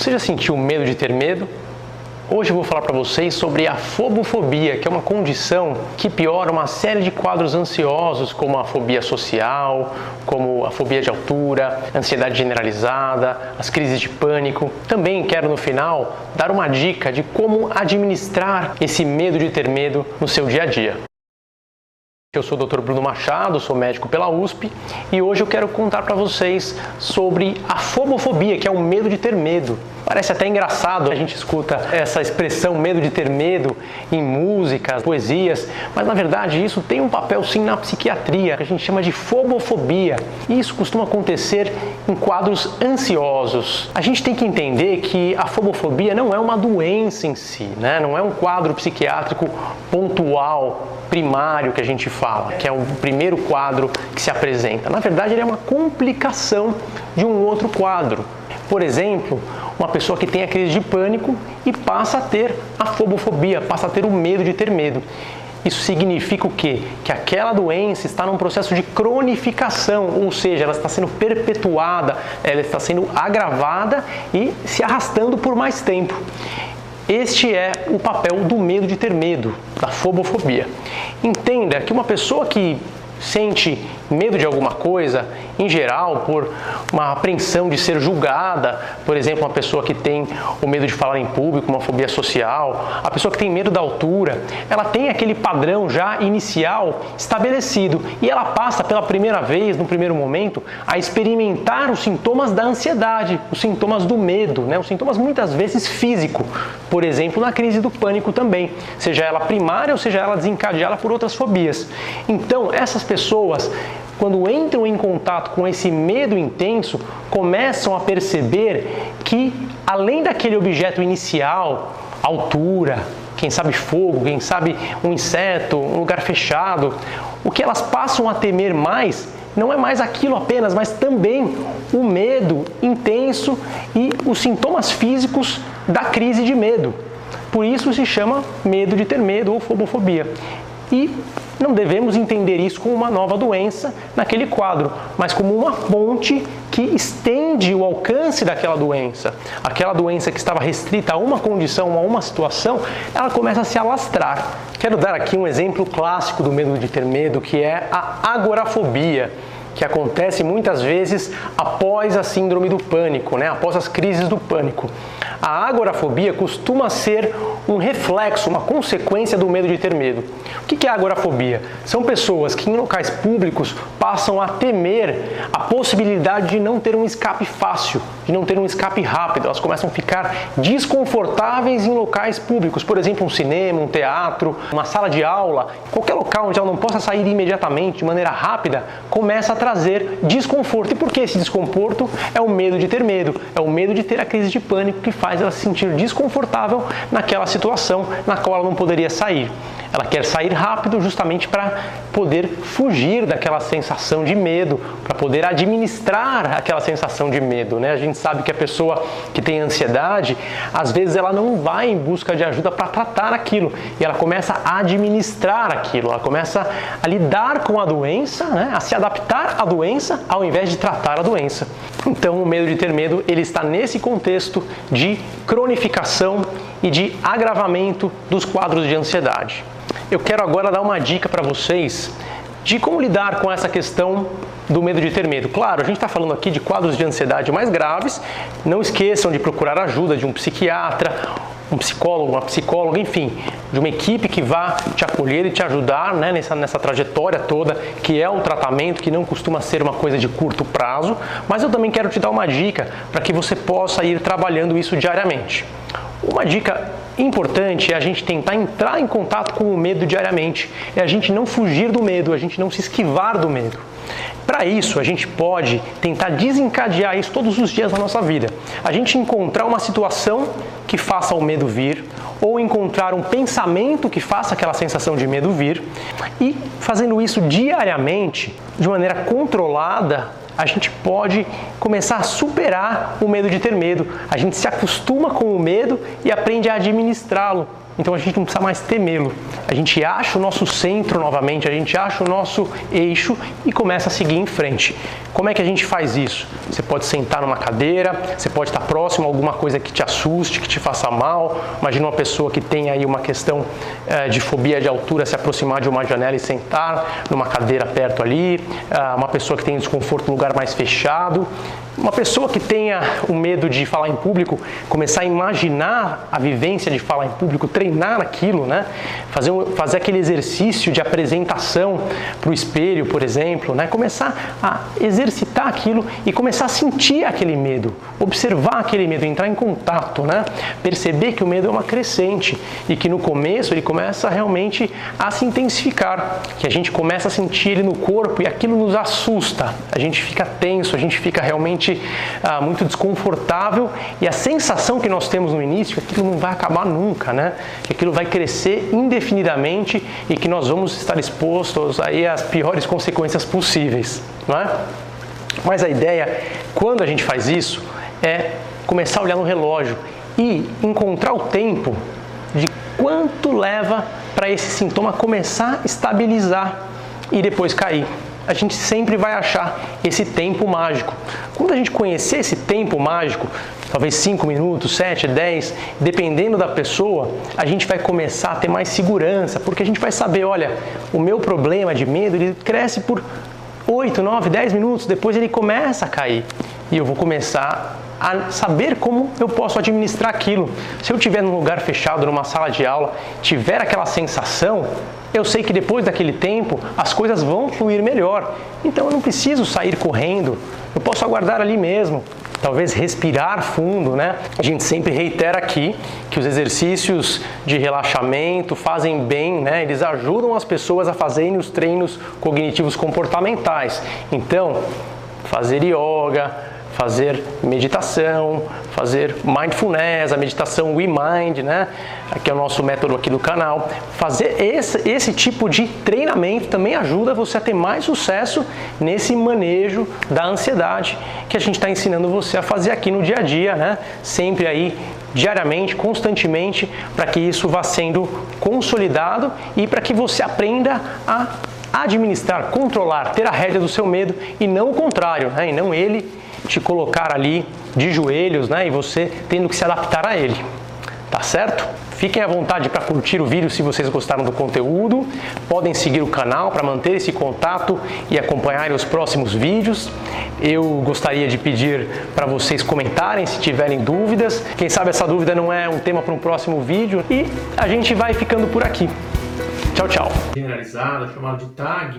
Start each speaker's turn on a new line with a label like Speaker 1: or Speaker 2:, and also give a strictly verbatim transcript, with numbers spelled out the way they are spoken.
Speaker 1: Você já sentiu medo de ter medo? Hoje eu vou falar para vocês sobre a fobofobia, que é uma condição que piora uma série de quadros ansiosos, como a fobia social, como a fobia de altura, a ansiedade generalizada, as crises de pânico. Também quero, no final, dar uma dica de como administrar esse medo de ter medo no seu dia a dia. Eu sou o doutor Bruno Machado, sou médico pela U S P e hoje eu quero contar para vocês sobre a fobofobia, que é o medo de ter medo. Parece até engraçado, a gente escuta essa expressão medo de ter medo em músicas, poesias, mas na verdade isso tem um papel sim na psiquiatria, que a gente chama de fobofobia. E isso costuma acontecer em quadros ansiosos. A gente tem que entender que a fobofobia não é uma doença em si, né? Não é um quadro psiquiátrico pontual, primário que a gente fala, que é o primeiro quadro que se apresenta. Na verdade, ele é uma complicação de um outro quadro. Por exemplo, uma pessoa que tem a crise de pânico e passa a ter a fobofobia, passa a ter o medo de ter medo. Isso significa o quê? Que aquela doença está num processo de cronificação, ou seja, ela está sendo perpetuada, ela está sendo agravada e se arrastando por mais tempo. Este é o papel do medo de ter medo, da fobofobia. Entenda que uma pessoa que sente medo de alguma coisa, em geral, por uma apreensão de ser julgada, por exemplo, uma pessoa que tem o medo de falar em público, uma fobia social, a pessoa que tem medo da altura, ela tem aquele padrão já inicial estabelecido e ela passa pela primeira vez, no primeiro momento, a experimentar os sintomas da ansiedade, os sintomas do medo, né? Os sintomas muitas vezes físicos, por exemplo, na crise do pânico também, seja ela primária ou seja ela desencadeada por outras fobias. Então, essas pessoas, quando entram em contato com esse medo intenso, começam a perceber que, além daquele objeto inicial, altura, quem sabe fogo, quem sabe um inseto, um lugar fechado, o que elas passam a temer mais não é mais aquilo apenas, mas também o medo intenso e os sintomas físicos da crise de medo. Por isso se chama medo de ter medo ou fobofobia. E não devemos entender isso como uma nova doença naquele quadro, mas como uma ponte que estende o alcance daquela doença. Aquela doença que estava restrita a uma condição, a uma situação, ela começa a se alastrar. Quero dar aqui um exemplo clássico do medo de ter medo, que é a agorafobia, que acontece muitas vezes após a síndrome do pânico, né? Após as crises do pânico. A agorafobia costuma ser um reflexo, uma consequência do medo de ter medo. O que é a agorafobia? São pessoas que em locais públicos passam a temer a possibilidade de não ter um escape fácil, de não ter um escape rápido. Elas começam a ficar desconfortáveis em locais públicos, por exemplo, um cinema, um teatro, uma sala de aula, qualquer local onde ela não possa sair imediatamente, de maneira rápida, começa a trazer desconforto. E por que esse desconforto? É o medo de ter medo, é o medo de ter a crise de pânico que faz ela se sentir desconfortável naquela situação na qual ela não poderia sair. Ela quer sair rápido justamente para poder fugir daquela sensação de medo, para poder administrar aquela sensação de medo, né? A gente sabe que a pessoa que tem ansiedade, às vezes ela não vai em busca de ajuda para tratar aquilo, e ela começa a administrar aquilo, ela começa a lidar com a doença, né? A se adaptar à doença ao invés de tratar a doença. Então, o medo de ter medo, ele está nesse contexto de cronificação e de agravamento dos quadros de ansiedade. Eu quero agora dar uma dica para vocês de como lidar com essa questão do medo de ter medo. Claro, a gente está falando aqui de quadros de ansiedade mais graves. Não esqueçam de procurar ajuda de um psiquiatra, um psicólogo, uma psicóloga, enfim, de uma equipe que vá te acolher e te ajudar, né, nessa, nessa trajetória toda, que é um tratamento que não costuma ser uma coisa de curto prazo, mas eu também quero te dar uma dica para que você possa ir trabalhando isso diariamente. Uma dica importante é a gente tentar entrar em contato com o medo diariamente, é a gente não fugir do medo, a gente não se esquivar do medo. Para isso, a gente pode tentar desencadear isso todos os dias na nossa vida. A gente encontrar uma situação que faça o medo vir, ou encontrar um pensamento que faça aquela sensação de medo vir, e fazendo isso diariamente, de maneira controlada, a gente pode começar a superar o medo de ter medo. A gente se acostuma com o medo e aprende a administrá-lo. Então a gente não precisa mais temê-lo. A gente acha o nosso centro novamente, a gente acha o nosso eixo e começa a seguir em frente. Como é que a gente faz isso? Você pode sentar numa cadeira, você pode estar próximo a alguma coisa que te assuste, que te faça mal. Imagina uma pessoa que tem aí uma questão eh, de fobia de altura, se aproximar de uma janela e sentar numa cadeira perto ali. Ah, uma pessoa que tem desconforto no lugar mais fechado. Uma pessoa que tenha o medo de falar em público, começar a imaginar a vivência de falar em público, treinar aquilo, né? Fazer, fazer aquele exercício de apresentação para o espelho, por exemplo, né? Começar a exercitar aquilo e começar a sentir aquele medo, observar aquele medo, entrar em contato, né? Perceber que o medo é uma crescente e que no começo ele começa realmente a se intensificar, que a gente começa a sentir ele no corpo e aquilo nos assusta, a gente fica tenso, a gente fica realmente Ah, muito desconfortável e a sensação que nós temos no início é que aquilo não vai acabar nunca, né? Que aquilo vai crescer indefinidamente e que nós vamos estar expostos aí às piores consequências possíveis, não é? Mas a ideia, quando a gente faz isso, é começar a olhar no relógio e encontrar o tempo de quanto leva para esse sintoma começar a estabilizar e depois cair. A gente sempre vai achar esse tempo mágico. Quando a gente conhecer esse tempo mágico, talvez cinco minutos, sete, dez, dependendo da pessoa, a gente vai começar a ter mais segurança, porque a gente vai saber, olha, o meu problema de medo, ele cresce por oito, nove, dez minutos, depois ele começa a cair. E eu vou começar a saber como eu posso administrar aquilo. Se eu estiver num lugar fechado, numa sala de aula, tiver aquela sensação, eu sei que depois daquele tempo as coisas vão fluir melhor. Então eu não preciso sair correndo, eu posso aguardar ali mesmo. Talvez respirar fundo, né? A gente sempre reitera aqui que os exercícios de relaxamento fazem bem, né? Eles ajudam as pessoas a fazerem os treinos cognitivos comportamentais. Então, fazer yoga, fazer meditação, fazer mindfulness, a meditação WeMind, né? Que é o nosso método aqui do canal. Fazer esse, esse tipo de treinamento também ajuda você a ter mais sucesso nesse manejo da ansiedade que a gente está ensinando você a fazer aqui no dia a dia, né? Sempre aí, diariamente, constantemente, para que isso vá sendo consolidado e para que você aprenda a administrar, controlar, ter a rédea do seu medo e não o contrário, né? E não ele te colocar ali de joelhos, né? E você tendo que se adaptar a ele, tá certo? Fiquem à vontade para curtir o vídeo se vocês gostaram do conteúdo. Podem seguir o canal para manter esse contato e acompanhar os próximos vídeos. Eu gostaria de pedir para vocês comentarem se tiverem dúvidas. Quem sabe essa dúvida não é um tema para um próximo vídeo. E a gente vai ficando por aqui. Tchau, tchau. Generalizada, chamada de tag.